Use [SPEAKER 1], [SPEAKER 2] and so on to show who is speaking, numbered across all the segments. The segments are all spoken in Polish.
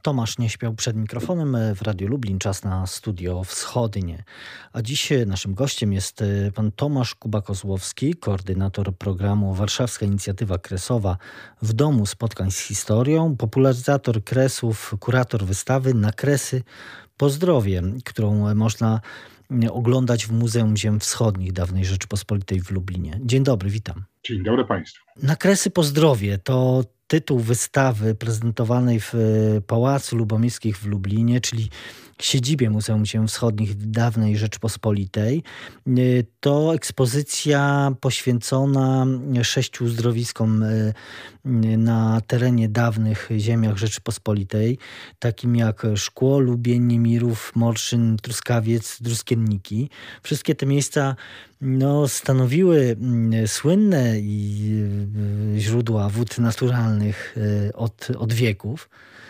[SPEAKER 1] Tomasz nie śpiał przed mikrofonem w Radiu Lublin, czas na Studio Wschodnie. A dziś naszym gościem jest pan Tomasz Kuba-Kozłowski, koordynator programu Warszawska Inicjatywa Kresowa w Domu Spotkań z Historią, popularyzator kresów, kurator wystawy Na Kresy po zdrowie, którą można oglądać w Muzeum Ziem Wschodnich Dawnej Rzeczypospolitej w Lublinie. Dzień dobry, witam.
[SPEAKER 2] Dzień dobry Państwu.
[SPEAKER 1] Na Kresy po zdrowie to tytuł wystawy prezentowanej w Pałacu Lubomirskich w Lublinie, czyli siedzibie Muzeum Ziem Wschodnich Dawnej Rzeczypospolitej. To ekspozycja poświęcona 6 uzdrowiskom na terenie dawnych ziemiach Rzeczypospolitej, takim jak Szkło, Lubień, Niemirów, Morszyn, Truskawiec, Druskienniki. Wszystkie te miejsca stanowiły słynne źródła wód naturalnych od wieków.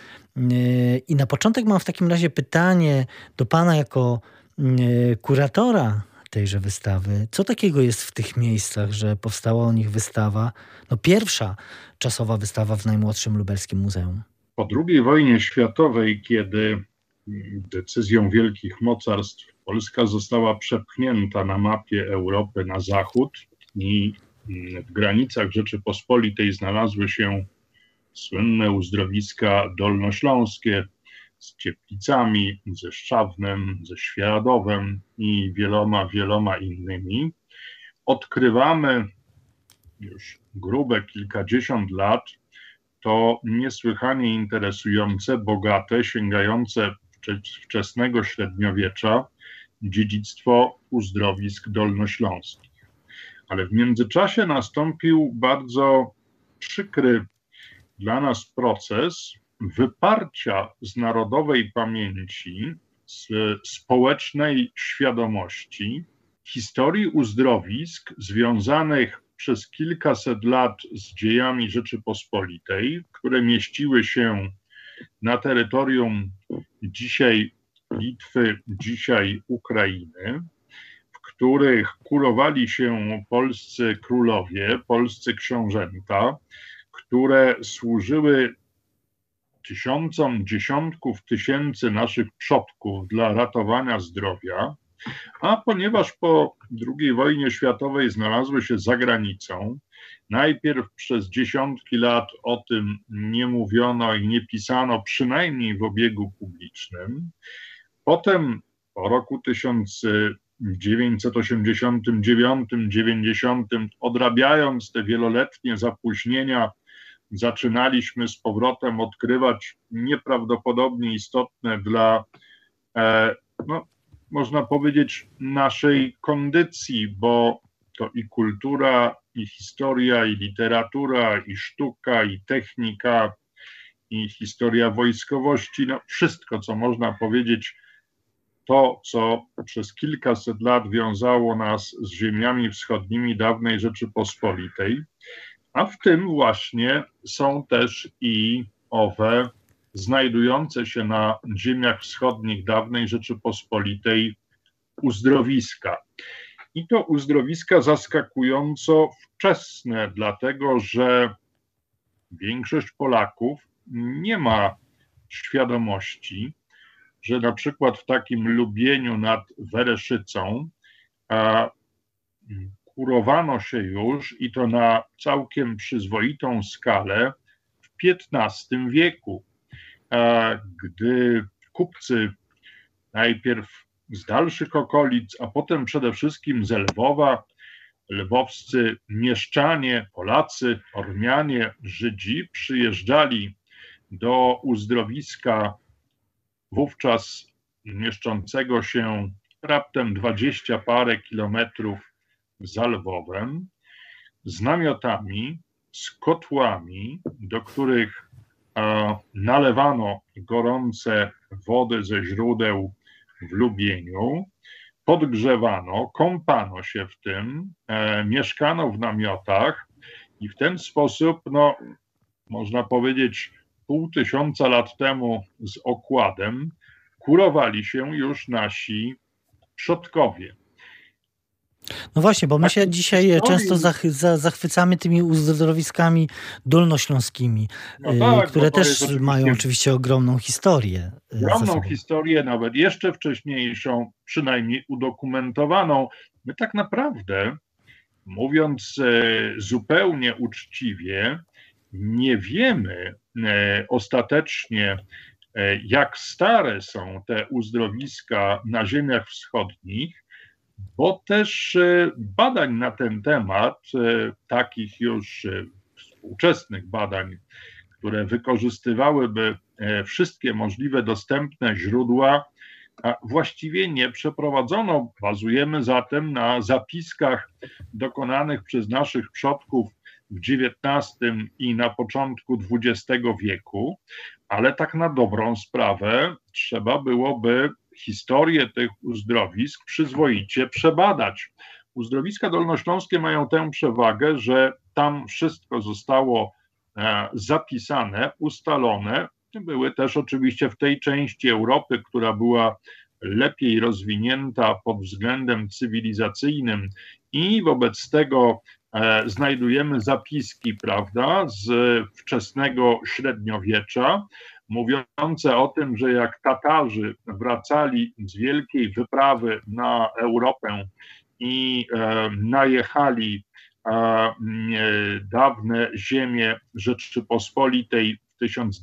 [SPEAKER 1] I na początek mam w takim razie pytanie do pana jako kuratora tejże wystawy. Co takiego jest w tych miejscach, że powstała o nich wystawa? Pierwsza czasowa wystawa w najmłodszym lubelskim muzeum.
[SPEAKER 2] Po II wojnie światowej, kiedy decyzją wielkich mocarstw Polska została przepchnięta na mapie Europy na zachód i w granicach Rzeczypospolitej znalazły się słynne uzdrowiska dolnośląskie z Cieplicami, ze Szczawnem, ze Świeradowem i wieloma innymi. Odkrywamy już grube kilkadziesiąt lat to niesłychanie interesujące, bogate, sięgające wczesnego średniowiecza dziedzictwo uzdrowisk dolnośląskich. Ale w międzyczasie nastąpił bardzo przykry dla nas proces wyparcia z narodowej pamięci, z społecznej świadomości historii uzdrowisk związanych przez kilkaset lat z dziejami Rzeczypospolitej, które mieściły się na terytorium dzisiaj Litwy, dzisiaj Ukrainy, w których kurowali się polscy królowie, polscy książęta, które służyły tysiącom, dziesiątków tysięcy naszych przodków dla ratowania zdrowia, a ponieważ po II wojnie światowej znalazły się za granicą, najpierw przez dziesiątki lat o tym nie mówiono i nie pisano, przynajmniej w obiegu publicznym. Potem po roku 1989-90, odrabiając te wieloletnie zapóźnienia, zaczynaliśmy z powrotem odkrywać nieprawdopodobnie istotne dla, można powiedzieć, naszej kondycji, bo to i kultura, i historia, i literatura, i sztuka, i technika, i historia wojskowości, wszystko, co można powiedzieć, to, co przez kilkaset lat wiązało nas z ziemiami wschodnimi dawnej Rzeczypospolitej, a w tym właśnie są też i owe znajdujące się na ziemiach wschodnich dawnej Rzeczypospolitej uzdrowiska. I to uzdrowiska zaskakująco wczesne, dlatego że większość Polaków nie ma świadomości, że na przykład w takim Lubieniu nad Wereszycą kurowano się już i to na całkiem przyzwoitą skalę w XV wieku, gdy kupcy najpierw z dalszych okolic, a potem przede wszystkim z Lwowa, lwowscy mieszczanie, Polacy, Ormianie, Żydzi przyjeżdżali do uzdrowiska wówczas mieszczącego się raptem 20 parę kilometrów za Lwowem, z namiotami, z kotłami, do których nalewano gorące wody ze źródeł w Lubieniu, podgrzewano, kąpano się w tym, mieszkano w namiotach i w ten sposób, można powiedzieć, 500 lat temu z okładem kurowali się już nasi przodkowie.
[SPEAKER 1] No właśnie, bo my się dzisiaj często zachwycamy tymi uzdrowiskami dolnośląskimi,
[SPEAKER 2] No tak, bo
[SPEAKER 1] które
[SPEAKER 2] to jest
[SPEAKER 1] też mają
[SPEAKER 2] oczywiście
[SPEAKER 1] oczywiście ogromną historię za
[SPEAKER 2] ogromną
[SPEAKER 1] sobą.
[SPEAKER 2] historię, nawet jeszcze wcześniejszą, przynajmniej udokumentowaną. My tak naprawdę, mówiąc zupełnie uczciwie, nie wiemy ostatecznie, jak stare są te uzdrowiska na ziemiach wschodnich, bo też badań na ten temat, takich już współczesnych badań, które wykorzystywałyby wszystkie możliwe dostępne źródła, właściwie nie przeprowadzono. Bazujemy zatem na zapiskach dokonanych przez naszych przodków w XIX i na początku XX wieku, ale tak na dobrą sprawę trzeba byłoby historię tych uzdrowisk przyzwoicie przebadać. Uzdrowiska dolnośląskie mają tę przewagę, że tam wszystko zostało zapisane, ustalone. Były też oczywiście w tej części Europy, która była lepiej rozwinięta pod względem cywilizacyjnym i wobec tego znajdujemy zapiski, prawda, z wczesnego średniowiecza, mówiące o tym, że jak Tatarzy wracali z wielkiej wyprawy na Europę i najechali dawne ziemie Rzeczypospolitej w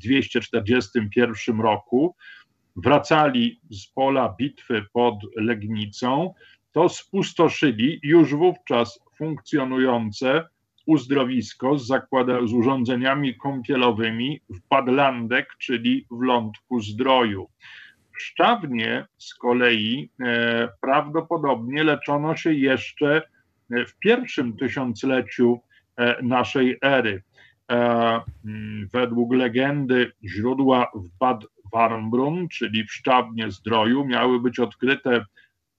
[SPEAKER 2] 1241 roku, wracali z pola bitwy pod Legnicą, to spustoszyli już wówczas funkcjonujące uzdrowisko z urządzeniami kąpielowymi w Badlandek, czyli w Lądku Zdroju. W Szczawnie z kolei prawdopodobnie leczono się jeszcze w pierwszym tysiącleciu naszej ery. Według legendy źródła w Bad Warmbrunn, czyli w Szczawnie Zdroju, miały być odkryte w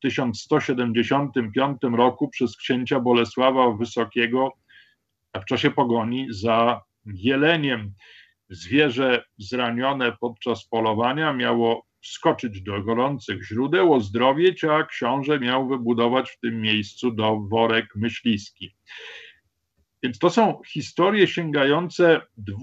[SPEAKER 2] 1175 roku przez księcia Bolesława Wysokiego w czasie pogoni za jeleniem. Zwierzę zranione podczas polowania miało wskoczyć do gorących źródeł, ozdrowieć, a książę miał wybudować w tym miejscu worek myśliski. Więc to są historie sięgające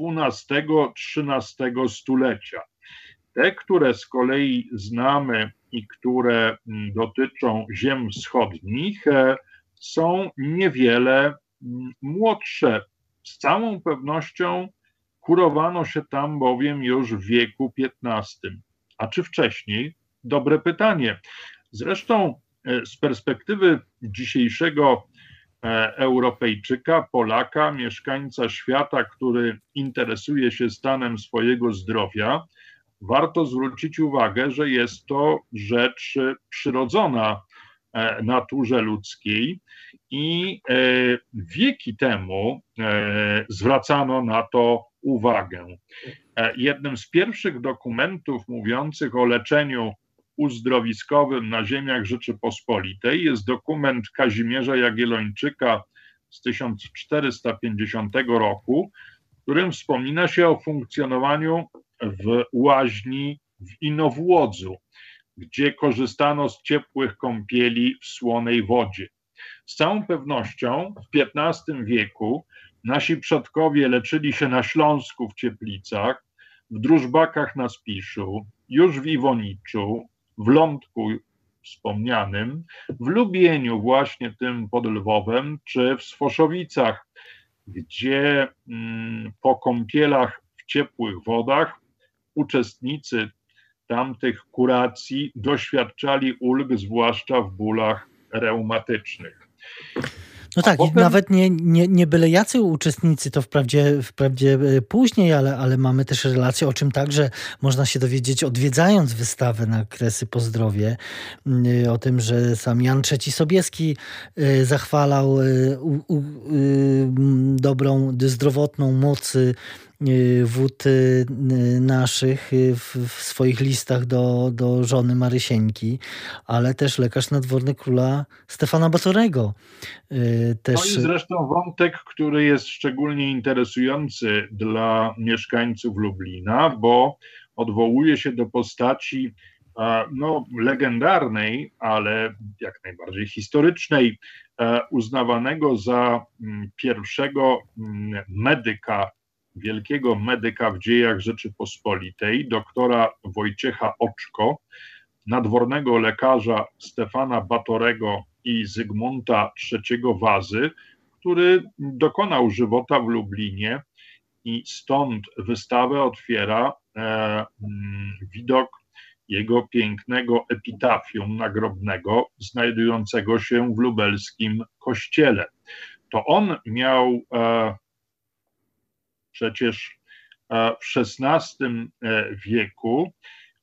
[SPEAKER 2] XII-XIII stulecia. Te, które z kolei znamy i które dotyczą ziem wschodnich, są niewiele młodsze. Z całą pewnością kurowano się tam bowiem już w wieku XV. A czy wcześniej? Dobre pytanie. Zresztą z perspektywy dzisiejszego Europejczyka, Polaka, mieszkańca świata, który interesuje się stanem swojego zdrowia, warto zwrócić uwagę, że jest to rzecz przyrodzona naturze ludzkiej i wieki temu zwracano na to uwagę. Jednym z pierwszych dokumentów mówiących o leczeniu uzdrowiskowym na ziemiach Rzeczypospolitej jest dokument Kazimierza Jagiellończyka z 1450 roku, w którym wspomina się o funkcjonowaniu w łaźni w Inowłodzu, gdzie korzystano z ciepłych kąpieli w słonej wodzie. Z całą pewnością w XV wieku nasi przodkowie leczyli się na Śląsku w Cieplicach, w Drużbakach na Spiszu, już w Iwoniczu, w Lądku wspomnianym, w Lubieniu właśnie tym pod Lwowem, czy w Sfoszowicach, gdzie po kąpielach w ciepłych wodach uczestnicy tamtych kuracji doświadczali ulg, zwłaszcza w bólach reumatycznych.
[SPEAKER 1] No tak, potem... i nawet nie byle jacy uczestnicy, to wprawdzie później, ale mamy też relacje, o czym także można się dowiedzieć, odwiedzając wystawę na Kresy po Zdrowie, o tym, że sam Jan III Sobieski zachwalał dobrą, zdrowotną moc wód naszych w swoich listach do żony Marysieńki, ale też lekarz nadworny króla Stefana Batorego.
[SPEAKER 2] No i zresztą wątek, który jest szczególnie interesujący dla mieszkańców Lublina, bo odwołuje się do postaci no, legendarnej, ale jak najbardziej historycznej, uznawanego za pierwszego medyka, wielkiego medyka w dziejach Rzeczypospolitej, doktora Wojciecha Oczko, nadwornego lekarza Stefana Batorego i Zygmunta III Wazy, który dokonał żywota w Lublinie i stąd wystawę otwiera widok jego pięknego epitafium nagrobnego znajdującego się w lubelskim kościele. To on miał przecież w XVI wieku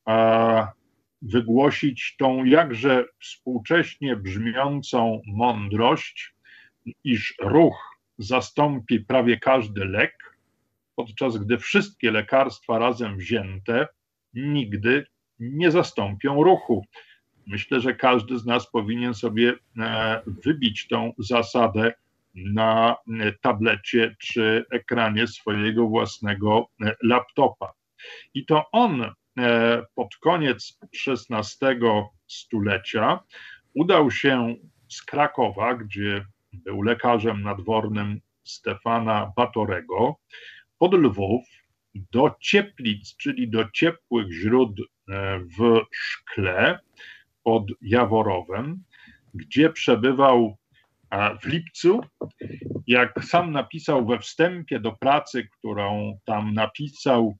[SPEAKER 2] wygłosić tą jakże współcześnie brzmiącą mądrość, iż ruch zastąpi prawie każdy lek, podczas gdy wszystkie lekarstwa razem wzięte nigdy nie zastąpią ruchu. Myślę, że każdy z nas powinien sobie wybić tą zasadę na tablecie czy ekranie swojego własnego laptopa. I to on pod koniec XVI stulecia udał się z Krakowa, gdzie był lekarzem nadwornym Stefana Batorego, pod Lwów, do Cieplic, czyli do ciepłych źródeł w Szkle pod Jaworowem, gdzie przebywał w lipcu. Jak sam napisał we wstępie do pracy, którą tam napisał,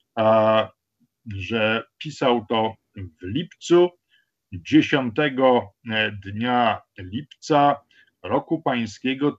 [SPEAKER 2] że pisał to w lipcu, 10 dnia lipca roku pańskiego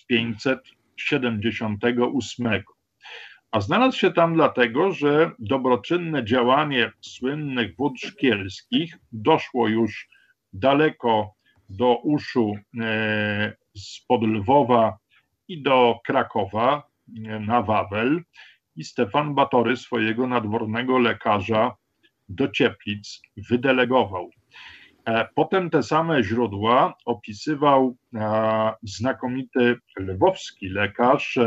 [SPEAKER 2] 1578. A znalazł się tam dlatego, że dobroczynne działanie słynnych wód szkielskich doszło już daleko do uszu spod Lwowa i do Krakowa na Wawel i Stefan Batory swojego nadwornego lekarza do Cieplic wydelegował. Potem te same źródła opisywał znakomity lwowski lekarz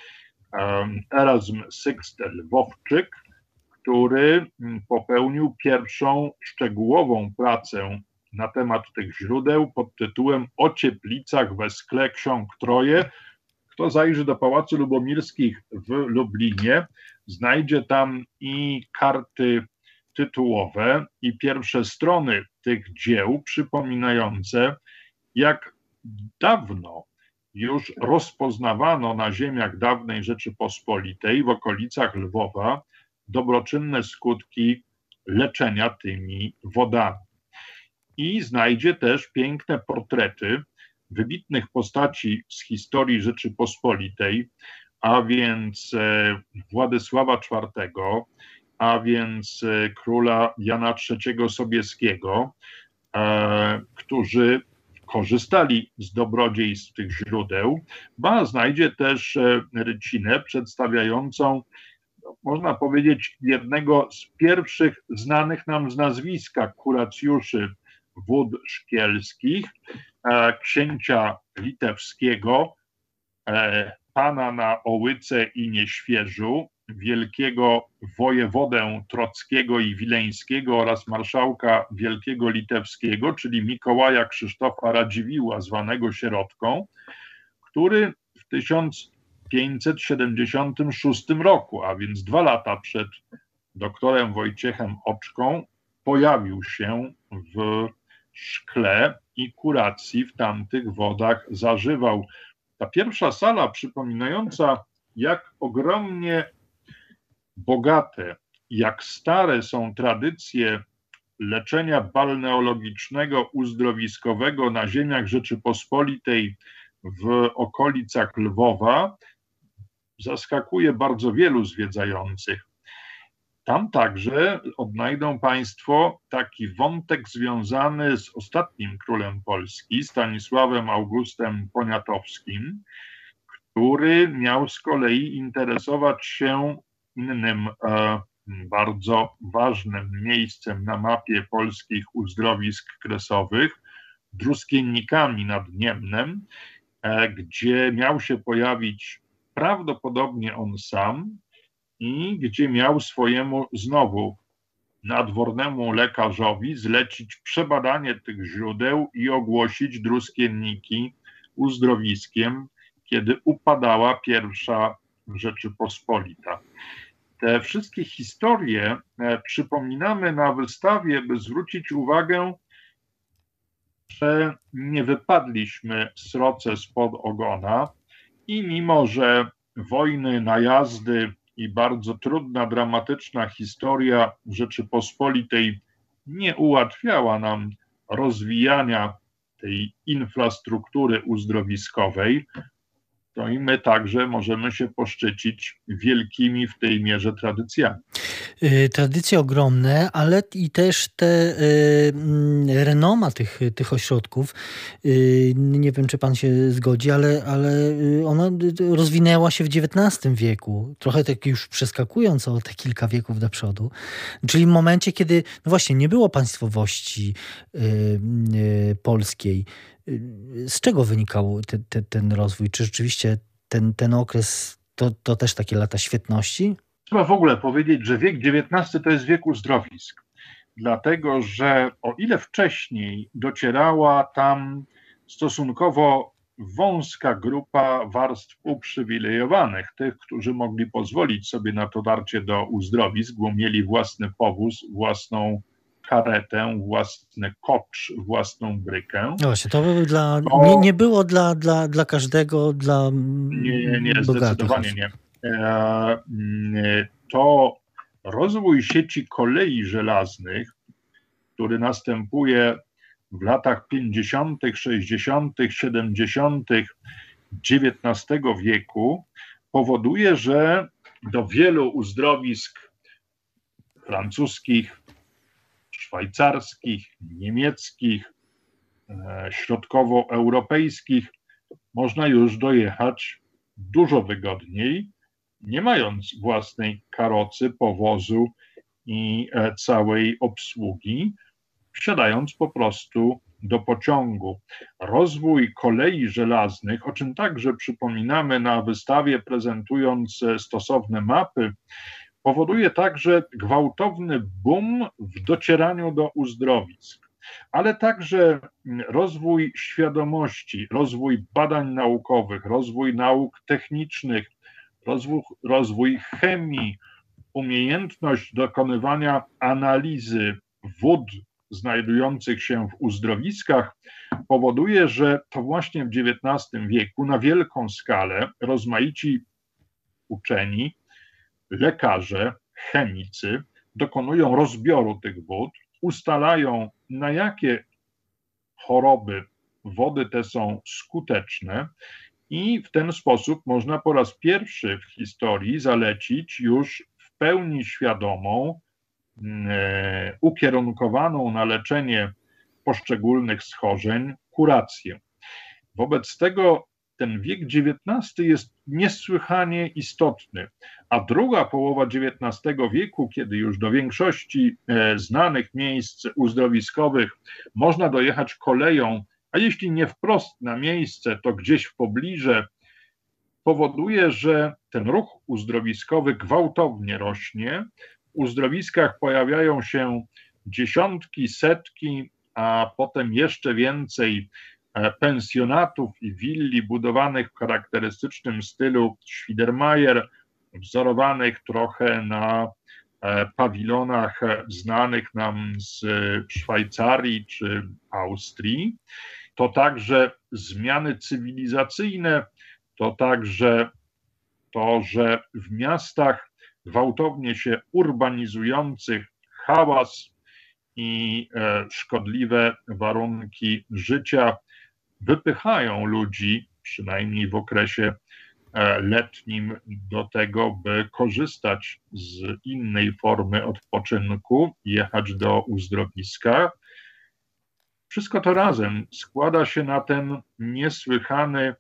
[SPEAKER 2] Erazm Syxt Lwowczyk, który popełnił pierwszą szczegółową pracę na temat tych źródeł pod tytułem O Cieplicach we Skle Ksiąg Troje. Kto zajrzy do Pałacu Lubomirskich w Lublinie, znajdzie tam i karty tytułowe, i pierwsze strony tych dzieł przypominające, jak dawno już rozpoznawano na ziemiach dawnej Rzeczypospolitej w okolicach Lwowa dobroczynne skutki leczenia tymi wodami. I znajdzie też piękne portrety wybitnych postaci z historii Rzeczypospolitej, a więc Władysława IV, a więc króla Jana III Sobieskiego, którzy korzystali z dobrodziejstw tych źródeł, ba znajdzie też rycinę przedstawiającą, można powiedzieć, jednego z pierwszych znanych nam z nazwiska kuracjuszy wód szkielskich, księcia litewskiego, pana na Ołyce i Nieświeżu, wielkiego wojewodę trockiego i wileńskiego oraz marszałka wielkiego litewskiego, czyli Mikołaja Krzysztofa Radziwiłła, zwanego Sierotką, który w 1576 roku, a więc 2 lata przed doktorem Wojciechem Oczką, pojawił się w Szkle i kuracji w tamtych wodach zażywał. Ta pierwsza sala, przypominająca, jak ogromnie bogate, jak stare są tradycje leczenia balneologicznego, uzdrowiskowego na ziemiach Rzeczypospolitej w okolicach Lwowa, zaskakuje bardzo wielu zwiedzających. Tam także odnajdą Państwo taki wątek związany z ostatnim królem Polski, Stanisławem Augustem Poniatowskim, który miał z kolei interesować się innym bardzo ważnym miejscem na mapie polskich uzdrowisk kresowych, Druskiennikami nad Niemnem, gdzie miał się pojawić prawdopodobnie on sam i gdzie miał swojemu znowu nadwornemu lekarzowi zlecić przebadanie tych źródeł i ogłosić Druskienniki uzdrowiskiem, kiedy upadała pierwsza Rzeczypospolita. Te wszystkie historie przypominamy na wystawie, by zwrócić uwagę, że nie wypadliśmy sroce spod ogona i mimo, że wojny, najazdy i bardzo trudna, dramatyczna historia Rzeczypospolitej nie ułatwiała nam rozwijania tej infrastruktury uzdrowiskowej, to i my także możemy się poszczycić wielkimi w tej mierze tradycjami.
[SPEAKER 1] Tradycje ogromne, ale i też te renoma tych ośrodków, nie wiem, czy pan się zgodzi, ale ona rozwinęła się w XIX wieku, trochę tak już przeskakując o te kilka wieków do przodu, czyli w momencie, kiedy no właśnie nie było państwowości polskiej. Z czego wynikał ten rozwój? Czy rzeczywiście ten okres to też takie lata świetności?
[SPEAKER 2] Trzeba w ogóle powiedzieć, że wiek XIX to jest wiek uzdrowisk, dlatego że o ile wcześniej docierała tam stosunkowo wąska grupa warstw uprzywilejowanych, tych, którzy mogli pozwolić sobie na dotarcie do uzdrowisk, bo mieli własny powóz, własną karetę, własny kocz, własną brykę.
[SPEAKER 1] No właśnie, to nie było dla każdego, dla
[SPEAKER 2] nie, zdecydowanie nie. To rozwój sieci kolei żelaznych, który następuje w latach 50., 60., 70. XIX wieku, powoduje, że do wielu uzdrowisk francuskich, szwajcarskich, niemieckich, środkowoeuropejskich można już dojechać dużo wygodniej, nie mając własnej karocy, powozu i całej obsługi, wsiadając po prostu do pociągu. Rozwój kolei żelaznych, o czym także przypominamy na wystawie, prezentując stosowne mapy, powoduje także gwałtowny boom w docieraniu do uzdrowisk, ale także rozwój świadomości, rozwój badań naukowych, rozwój nauk technicznych, rozwój chemii, umiejętność dokonywania analizy wód znajdujących się w uzdrowiskach powoduje, że to właśnie w XIX wieku na wielką skalę rozmaici uczeni, lekarze, chemicy dokonują rozbioru tych wód, ustalają, na jakie choroby wody te są skuteczne i w ten sposób można po raz pierwszy w historii zalecić już w pełni świadomą, ukierunkowaną na leczenie poszczególnych schorzeń kurację. Wobec tego ten wiek XIX jest niesłychanie istotny, a druga połowa XIX wieku, kiedy już do większości znanych miejsc uzdrowiskowych można dojechać koleją, a jeśli nie wprost na miejsce, to gdzieś w pobliżu, powoduje, że ten ruch uzdrowiskowy gwałtownie rośnie. W uzdrowiskach pojawiają się dziesiątki, setki, a potem jeszcze więcej pensjonatów i willi budowanych w charakterystycznym stylu Schwiedermayer, wzorowanych trochę na pawilonach znanych nam z Szwajcarii czy Austrii. To także zmiany cywilizacyjne, to także to, że w miastach gwałtownie się urbanizujących hałas i szkodliwe warunki życia wypychają ludzi, przynajmniej w okresie letnim, do tego, by korzystać z innej formy odpoczynku, jechać do uzdrowiska. Wszystko to razem składa się na ten niesłychany,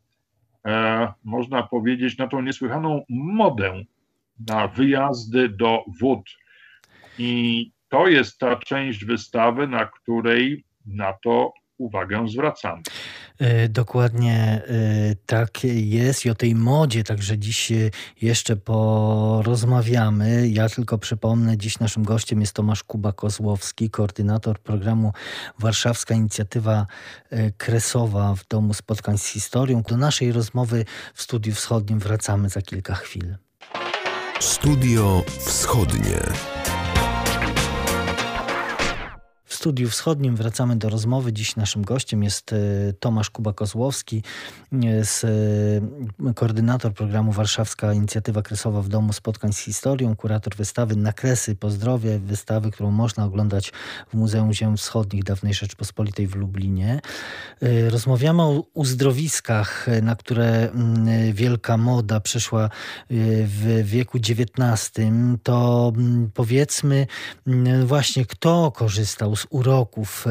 [SPEAKER 2] można powiedzieć, na tą niesłychaną modę na wyjazdy do wód. I to jest ta część wystawy, na której na to uwagę zwracamy.
[SPEAKER 1] Dokładnie tak jest i o tej modzie także dziś jeszcze porozmawiamy. Ja tylko przypomnę, dziś naszym gościem jest Tomasz Kuba-Kozłowski, koordynator programu Warszawska Inicjatywa Kresowa w Domu Spotkań z Historią. Do naszej rozmowy w Studiu Wschodnim wracamy za kilka chwil.
[SPEAKER 3] Studio Wschodnie.
[SPEAKER 1] W Studiu Wschodnim wracamy do rozmowy. Dziś naszym gościem jest Tomasz Kuba-Kozłowski, koordynator programu Warszawska Inicjatywa Kresowa w Domu Spotkań z Historią, kurator wystawy Nakresy po zdrowie, wystawy, którą można oglądać w Muzeum Ziem Wschodnich Dawnej Rzeczpospolitej w Lublinie. Rozmawiamy o uzdrowiskach, na które wielka moda przyszła w wieku XIX. To powiedzmy właśnie, kto korzystał z uroków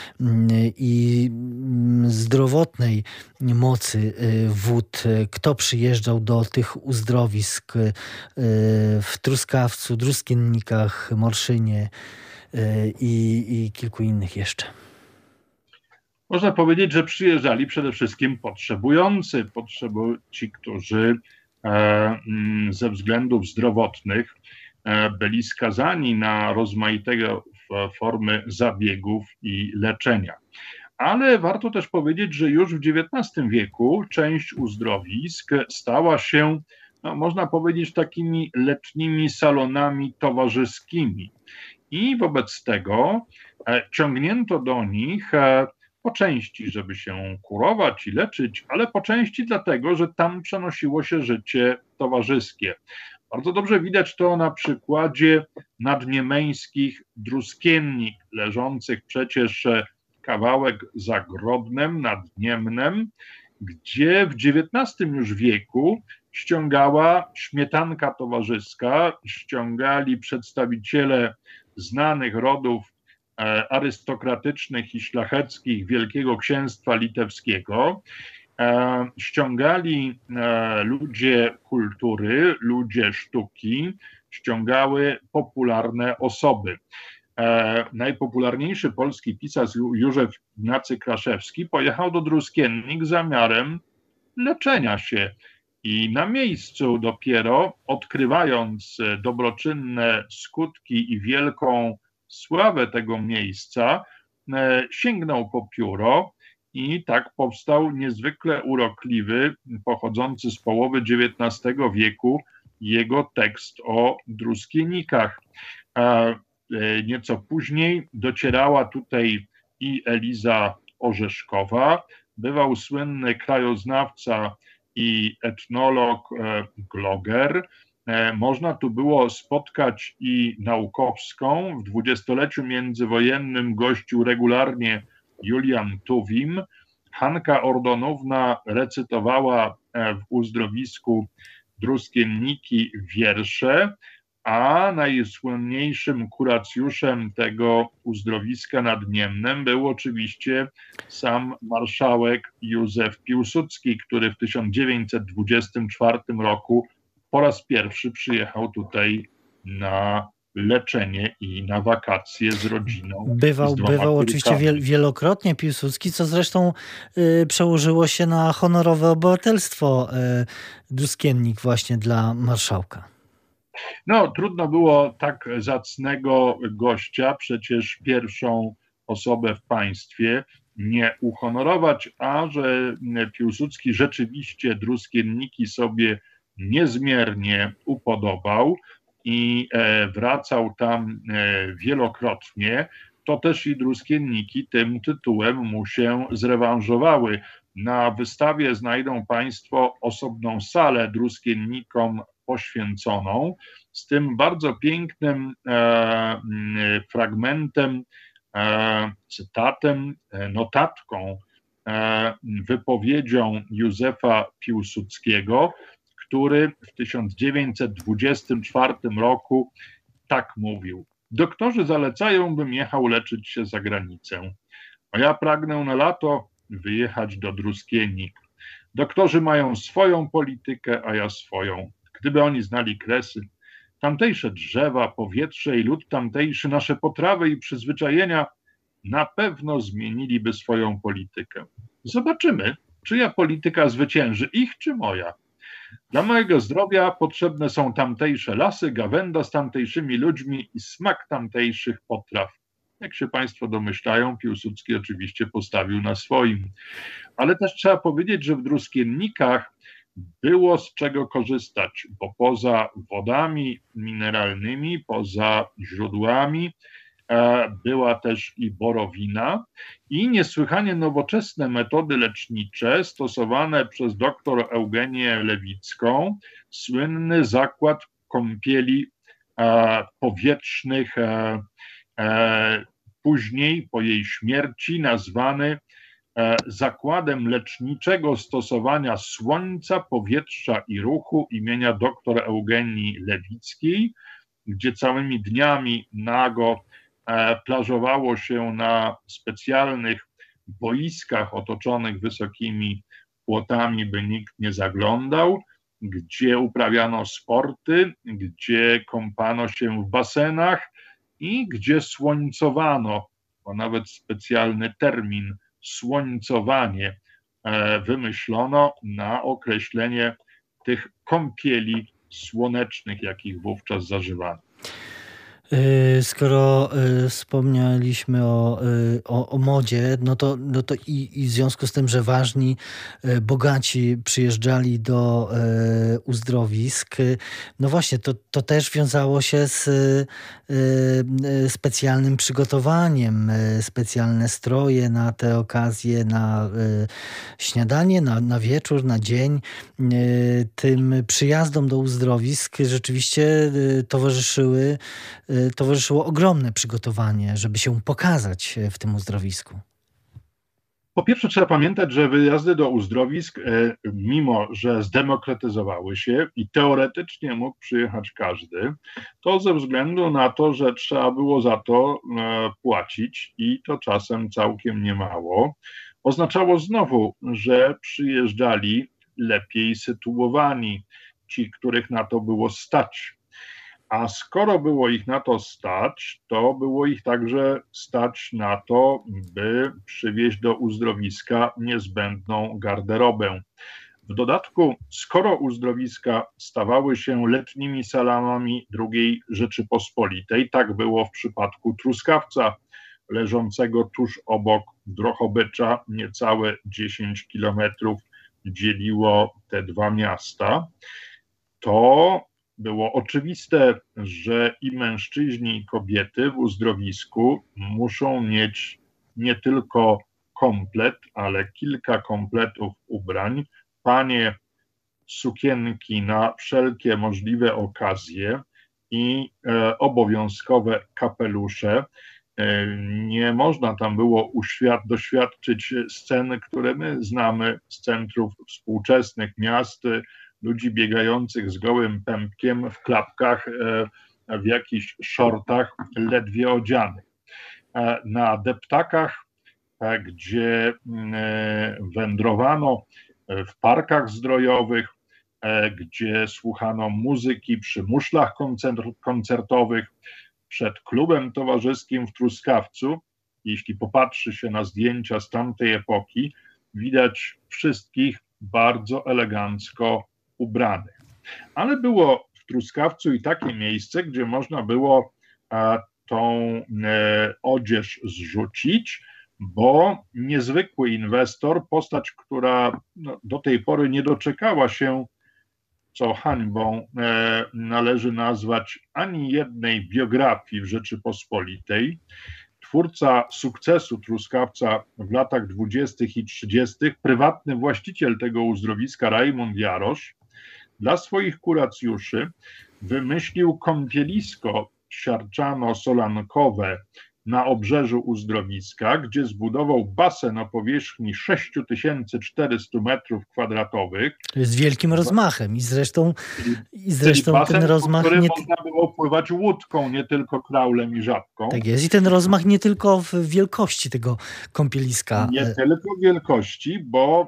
[SPEAKER 1] i zdrowotnej mocy wód, kto przyjeżdżał do tych uzdrowisk w Truskawcu, Druskiennikach, Morszynie i kilku innych jeszcze.
[SPEAKER 2] Można powiedzieć, że przyjeżdżali przede wszystkim potrzebujący, ci, którzy ze względów zdrowotnych byli skazani na rozmaitego formy zabiegów i leczenia. Ale warto też powiedzieć, że już w XIX wieku część uzdrowisk stała się, można powiedzieć, takimi letnimi salonami towarzyskimi. I wobec tego ciągnięto do nich po części, żeby się kurować i leczyć, ale po części dlatego, że tam przenosiło się życie towarzyskie. Bardzo dobrze widać to na przykładzie nadniemeńskich Druskiennik, leżących przecież kawałek za Grodnem nad Niemnem, gdzie w XIX już wieku ściągała śmietanka towarzyska, ściągali przedstawiciele znanych rodów arystokratycznych i szlacheckich Wielkiego Księstwa Litewskiego, ściągali ludzie kultury, ludzie sztuki, ściągały popularne osoby. Najpopularniejszy polski pisarz Józef Ignacy Kraszewski pojechał do Druskiennik z zamiarem leczenia się i na miejscu dopiero, odkrywając dobroczynne skutki i wielką sławę tego miejsca, sięgnął po pióro i tak powstał niezwykle urokliwy, pochodzący z połowy XIX wieku, jego tekst o Druskienikach. Nieco później docierała tutaj i Eliza Orzeszkowa, bywał słynny krajoznawca i etnolog Gloger. Można tu było spotkać i Naukowską. W dwudziestoleciu międzywojennym gościł regularnie Julian Tuwim. Hanka Ordonówna recytowała w uzdrowisku Druskienniki wiersze, a najsłynniejszym kuracjuszem tego uzdrowiska nad Niemnem był oczywiście sam marszałek Józef Piłsudski, który w 1924 roku po raz pierwszy przyjechał tutaj na leczenie i na wakacje z rodziną.
[SPEAKER 1] Bywał oczywiście wielokrotnie Piłsudski, co zresztą przełożyło się na honorowe obywatelstwo Druskiennik właśnie dla marszałka.
[SPEAKER 2] No, trudno było tak zacnego gościa, przecież pierwszą osobę w państwie, nie uhonorować, a że Piłsudski rzeczywiście Druskienniki sobie niezmiernie upodobał i wracał tam wielokrotnie, to też i Druskienniki tym tytułem mu się zrewanżowały. Na wystawie znajdą Państwo osobną salę Druskiennikom poświęconą, z tym bardzo pięknym fragmentem, cytatem, notatką, wypowiedzią Józefa Piłsudskiego, który w 1924 roku tak mówił: doktorzy zalecają, bym jechał leczyć się za granicę, a ja pragnę na lato wyjechać do Druskiennik. Doktorzy mają swoją politykę, a ja swoją. Gdyby oni znali Kresy, tamtejsze drzewa, powietrze i lud tamtejszy, nasze potrawy i przyzwyczajenia, na pewno zmieniliby swoją politykę. Zobaczymy, czyja polityka zwycięży, ich czy moja. Dla mojego zdrowia potrzebne są tamtejsze lasy, gawęda z tamtejszymi ludźmi i smak tamtejszych potraw. Jak się Państwo domyślają, Piłsudski oczywiście postawił na swoim. Ale też trzeba powiedzieć, że w Druskiennikach było z czego korzystać, bo poza wodami mineralnymi, poza źródłami była też i borowina i niesłychanie nowoczesne metody lecznicze stosowane przez dr Eugenię Lewicką, słynny zakład kąpieli powietrznych, później po jej śmierci nazwany zakładem leczniczego stosowania słońca, powietrza i ruchu imienia dr Eugenii Lewickiej, gdzie całymi dniami nago plażowało się na specjalnych boiskach otoczonych wysokimi płotami, by nikt nie zaglądał, gdzie uprawiano sporty, gdzie kąpano się w basenach i gdzie słońcowano, bo nawet specjalny termin słońcowanie wymyślono na określenie tych kąpieli słonecznych, jakich wówczas zażywano.
[SPEAKER 1] Skoro wspomnieliśmy o modzie, no to i w związku z tym, że ważni, bogaci przyjeżdżali do uzdrowisk, no właśnie, to też wiązało się z specjalnym przygotowaniem, specjalne stroje na te okazje, na śniadanie, na wieczór, na dzień. Tym przyjazdom do uzdrowisk rzeczywiście towarzyszyło ogromne przygotowanie, żeby się pokazać w tym uzdrowisku.
[SPEAKER 2] Po pierwsze trzeba pamiętać, że wyjazdy do uzdrowisk, mimo że zdemokratyzowały się i teoretycznie mógł przyjechać każdy, to ze względu na to, że trzeba było za to płacić i to czasem całkiem niemało, oznaczało znowu, że przyjeżdżali lepiej sytuowani, ci, których na to było stać. A skoro było ich na to stać, to było ich także stać na to, by przywieźć do uzdrowiska niezbędną garderobę. W dodatku, skoro uzdrowiska stawały się letnimi salonami II Rzeczypospolitej, tak było w przypadku Truskawca, leżącego tuż obok Drohobycza, niecałe 10 kilometrów dzieliło te dwa miasta, to było oczywiste, że i mężczyźni, i kobiety w uzdrowisku muszą mieć nie tylko komplet, ale kilka kompletów ubrań. Panie sukienki na wszelkie możliwe okazje i obowiązkowe kapelusze. Nie można tam było doświadczyć scen, które my znamy z centrów współczesnych miast, ludzi biegających z gołym pępkiem w klapkach, w jakichś shortach, ledwie odzianych. Na deptakach, gdzie wędrowano w parkach zdrojowych, gdzie słuchano muzyki przy muszlach koncertowych, przed klubem towarzyskim w Truskawcu, jeśli popatrzy się na zdjęcia z tamtej epoki, widać wszystkich bardzo elegancko ubranych. Ale było w Truskawcu i takie miejsce, gdzie można było tą odzież zrzucić, bo niezwykły inwestor, postać, która do tej pory nie doczekała się, co hańbą należy nazwać, ani jednej biografii w Rzeczypospolitej, twórca sukcesu Truskawca w latach 20. i 30., prywatny właściciel tego uzdrowiska Rajmund Jarosz, dla swoich kuracjuszy wymyślił kąpielisko siarczano-solankowe na obrzeżu uzdrowiska, gdzie zbudował basen o powierzchni 6400 m².
[SPEAKER 1] To jest wielkim rozmachem i zresztą
[SPEAKER 2] basen,
[SPEAKER 1] ten rozmach...
[SPEAKER 2] w którym można było pływać łódką, nie tylko kraulem i żabką.
[SPEAKER 1] Tak jest. I ten rozmach nie tylko w wielkości tego kąpieliska.
[SPEAKER 2] Nie tylko w wielkości, bo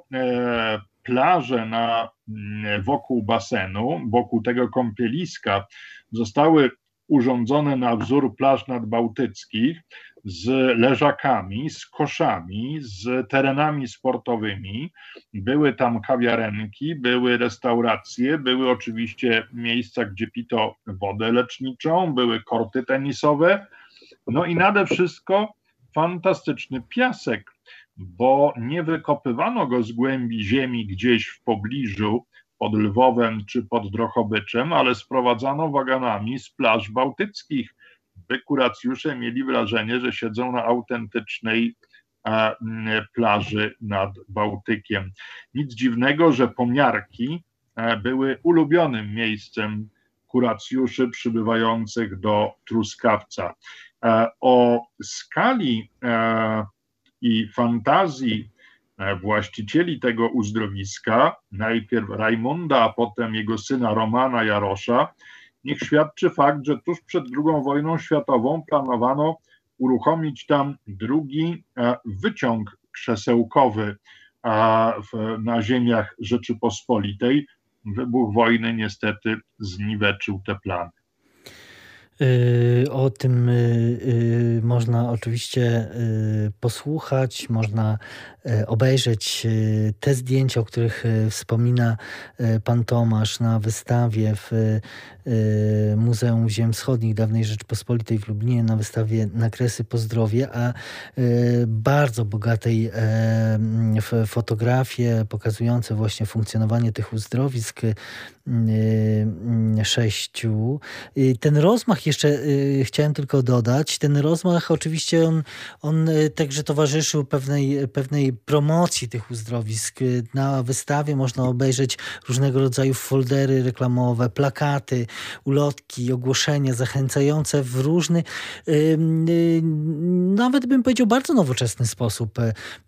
[SPEAKER 2] plaże wokół basenu, wokół tego kąpieliska zostały urządzone na wzór plaż nadbałtyckich, z leżakami, z koszami, z terenami sportowymi. Były tam kawiarenki, były restauracje, były oczywiście miejsca, gdzie pito wodę leczniczą, były korty tenisowe, no i nade wszystko fantastyczny piasek, bo nie wykopywano go z głębi ziemi gdzieś w pobliżu, pod Lwowem czy pod Drohobyczem, ale sprowadzano wagonami z plaż bałtyckich, by kuracjusze mieli wrażenie, że siedzą na autentycznej plaży nad Bałtykiem. Nic dziwnego, że pomiarki były ulubionym miejscem kuracjuszy przybywających do Truskawca. O skali i fantazji właścicieli tego uzdrowiska, najpierw Rajmunda, a potem jego syna Romana Jarosza, niech świadczy fakt, że tuż przed II wojną światową planowano uruchomić tam drugi wyciąg krzesełkowy na ziemiach Rzeczypospolitej. Wybuch wojny niestety zniweczył te plany.
[SPEAKER 1] O tym można oczywiście posłuchać, można obejrzeć te zdjęcia, o których wspomina pan Tomasz na wystawie w Muzeum Ziem Wschodnich Dawnej Rzeczypospolitej w Lublinie, na wystawie Nakresy po zdrowie, a bardzo bogatej fotografie pokazujące właśnie funkcjonowanie tych uzdrowisk 6. Ten rozmach jeszcze chciałem tylko dodać, ten rozmach oczywiście on także towarzyszył pewnej promocji tych uzdrowisk. Na wystawie można obejrzeć różnego rodzaju foldery reklamowe, plakaty, ulotki, ogłoszenia zachęcające w różny, nawet bym powiedział bardzo nowoczesny sposób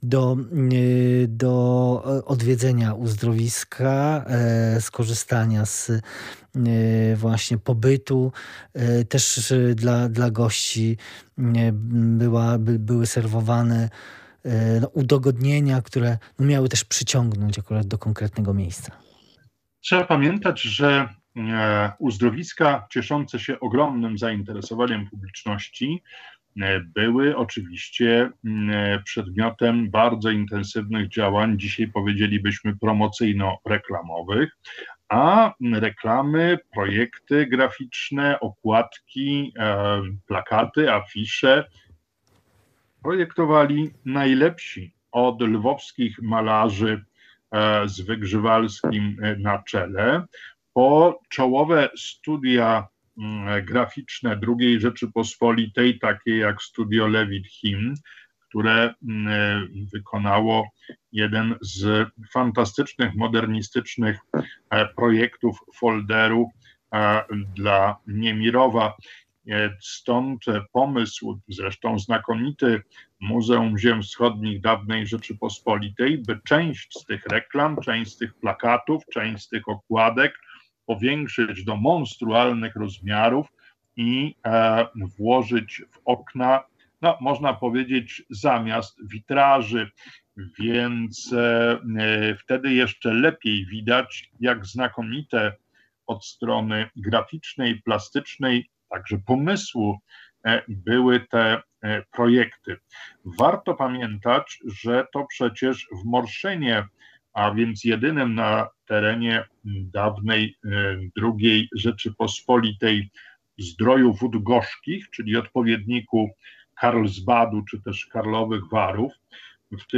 [SPEAKER 1] do odwiedzenia uzdrowiska, skorzystania z właśnie pobytu. Też dla gości były serwowane udogodnienia, które miały też przyciągnąć akurat do konkretnego miejsca.
[SPEAKER 2] Trzeba pamiętać, że uzdrowiska cieszące się ogromnym zainteresowaniem publiczności były oczywiście przedmiotem bardzo intensywnych działań, dzisiaj powiedzielibyśmy promocyjno-reklamowych, a reklamy, projekty graficzne, okładki, plakaty, afisze projektowali najlepsi od lwowskich malarzy z Wygrzywalskim na czele, po czołowe studia graficzne II Rzeczypospolitej, takie jak Studio Lewitt-Him, które wykonało jeden z fantastycznych, modernistycznych projektów folderu dla Niemirowa. Stąd pomysł, zresztą znakomity, Muzeum Ziem Wschodnich Dawnej Rzeczypospolitej, by część z tych reklam, część z tych plakatów, część z tych okładek powiększyć do monstrualnych rozmiarów i włożyć w okna, no, można powiedzieć, zamiast witraży, więc wtedy jeszcze lepiej widać, jak znakomite od strony graficznej, plastycznej, także pomysłu były te projekty. Warto pamiętać, że to przecież w Morszynie, a więc jedynym na terenie dawnej II Rzeczypospolitej zdroju wód gorzkich, czyli odpowiedniku Karlsbadu czy też Karlowych Warów, w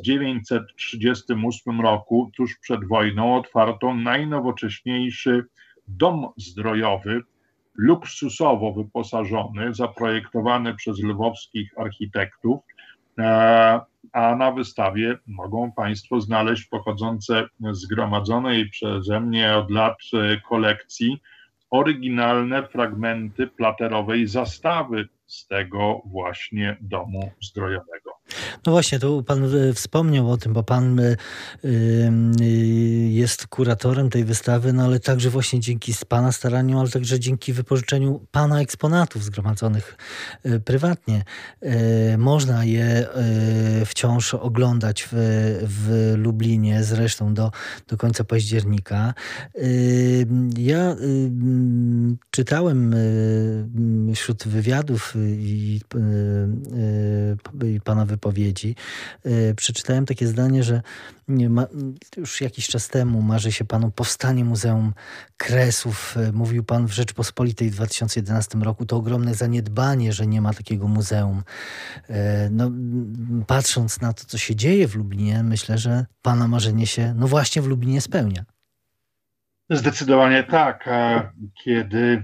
[SPEAKER 2] 1938 roku, tuż przed wojną, otwarto najnowocześniejszy dom zdrojowy, luksusowo wyposażony, zaprojektowany przez lwowskich architektów, a na wystawie mogą Państwo znaleźć pochodzące z zgromadzonej przeze mnie od lat kolekcji oryginalne fragmenty platerowej zastawy z tego właśnie domu zdrojowego.
[SPEAKER 1] No właśnie, tu pan wspomniał o tym, bo pan jest kuratorem tej wystawy, no ale także właśnie dzięki pana staraniom, ale także dzięki wypożyczeniu pana eksponatów zgromadzonych prywatnie. Można je wciąż oglądać w Lublinie, zresztą do końca października. Ja czytałem wśród wywiadów i pana wypowiedzi, przeczytałem takie zdanie, że już jakiś czas temu marzy się panu powstanie Muzeum Kresów. Mówił pan w Rzeczpospolitej w 2011 roku. To ogromne zaniedbanie, że nie ma takiego muzeum. No, patrząc na to, co się dzieje w Lublinie, myślę, że pana marzenie się no właśnie w Lublinie spełnia.
[SPEAKER 2] Zdecydowanie tak. Kiedy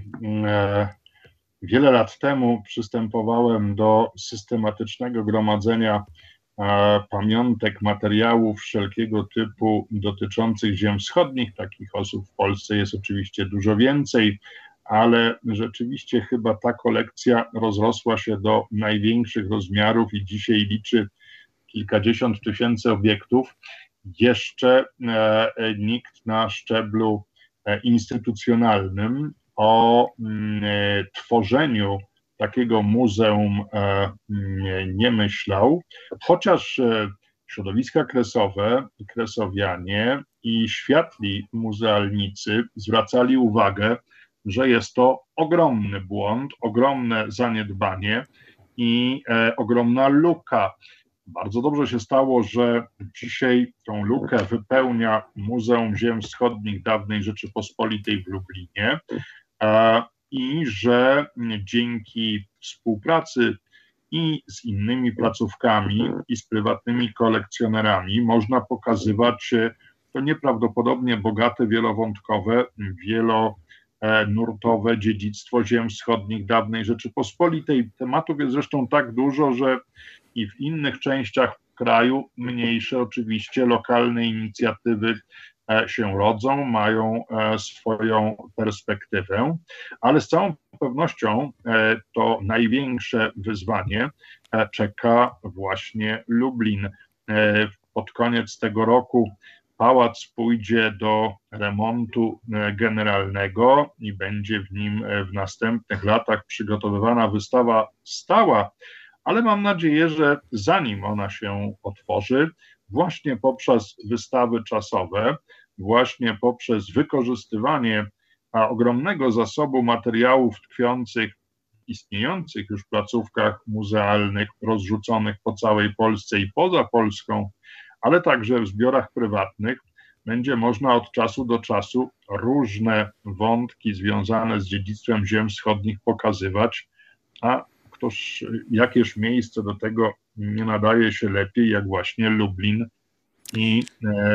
[SPEAKER 2] wiele lat temu przystępowałem do systematycznego gromadzenia pamiątek, materiałów wszelkiego typu dotyczących ziem wschodnich. Takich osób w Polsce jest oczywiście dużo więcej, ale rzeczywiście chyba ta kolekcja rozrosła się do największych rozmiarów i dzisiaj liczy kilkadziesiąt tysięcy obiektów. Jeszcze nikt na szczeblu instytucjonalnym o tworzeniu takiego muzeum nie myślał, chociaż środowiska kresowe, kresowianie i światli muzealnicy zwracali uwagę, że jest to ogromny błąd, ogromne zaniedbanie i ogromna luka. Bardzo dobrze się stało, że dzisiaj tą lukę wypełnia Muzeum Ziem Wschodnich Dawnej Rzeczypospolitej w Lublinie i że dzięki współpracy i z innymi placówkami, i z prywatnymi kolekcjonerami można pokazywać to nieprawdopodobnie bogate, wielowątkowe, wielonurtowe dziedzictwo ziem wschodnich dawnej Rzeczypospolitej. Tematów jest zresztą tak dużo, że i w innych częściach kraju, mniejsze oczywiście, lokalne inicjatywy się rodzą, mają swoją perspektywę, ale z całą pewnością to największe wyzwanie czeka właśnie Lublin. Pod koniec tego roku pałac pójdzie do remontu generalnego i będzie w nim w następnych latach przygotowywana wystawa stała, ale mam nadzieję, że zanim ona się otworzy, właśnie poprzez wystawy czasowe, właśnie poprzez wykorzystywanie ogromnego zasobu materiałów tkwiących w istniejących już placówkach muzealnych rozrzuconych po całej Polsce i poza Polską, ale także w zbiorach prywatnych, będzie można od czasu do czasu różne wątki związane z dziedzictwem ziem wschodnich pokazywać, a jakież miejsce do tego nie nadaje się lepiej jak właśnie Lublin i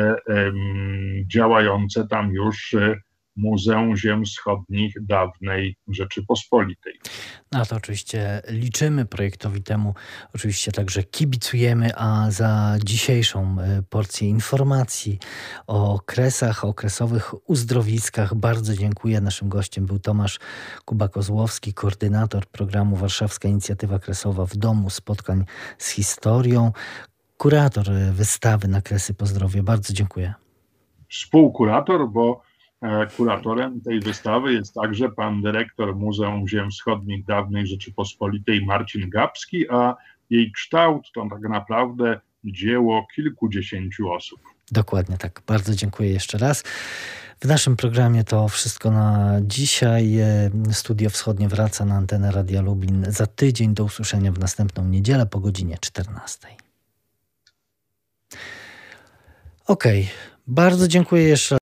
[SPEAKER 2] działające tam już Muzeum Ziem Wschodnich Dawnej Rzeczypospolitej.
[SPEAKER 1] No to oczywiście liczymy projektowi temu, oczywiście także kibicujemy, a za dzisiejszą porcję informacji o Kresach, o kresowych uzdrowiskach bardzo dziękuję. Naszym gościem był Tomasz Kuba-Kozłowski, koordynator programu Warszawska Inicjatywa Kresowa w Domu Spotkań z Historią, kurator wystawy na Kresy po zdrowie. Bardzo dziękuję.
[SPEAKER 2] Współkurator, bo kuratorem tej wystawy jest także pan dyrektor Muzeum Ziem Wschodnich Dawnej Rzeczypospolitej Marcin Gapski, a jej kształt to tak naprawdę dzieło kilkudziesięciu osób.
[SPEAKER 1] Dokładnie tak. Bardzo dziękuję jeszcze raz. W naszym programie to wszystko na dzisiaj. Studio Wschodnie wraca na antenę Radia Lublin za tydzień. Do usłyszenia w następną niedzielę po godzinie 14. Okej. Bardzo dziękuję jeszcze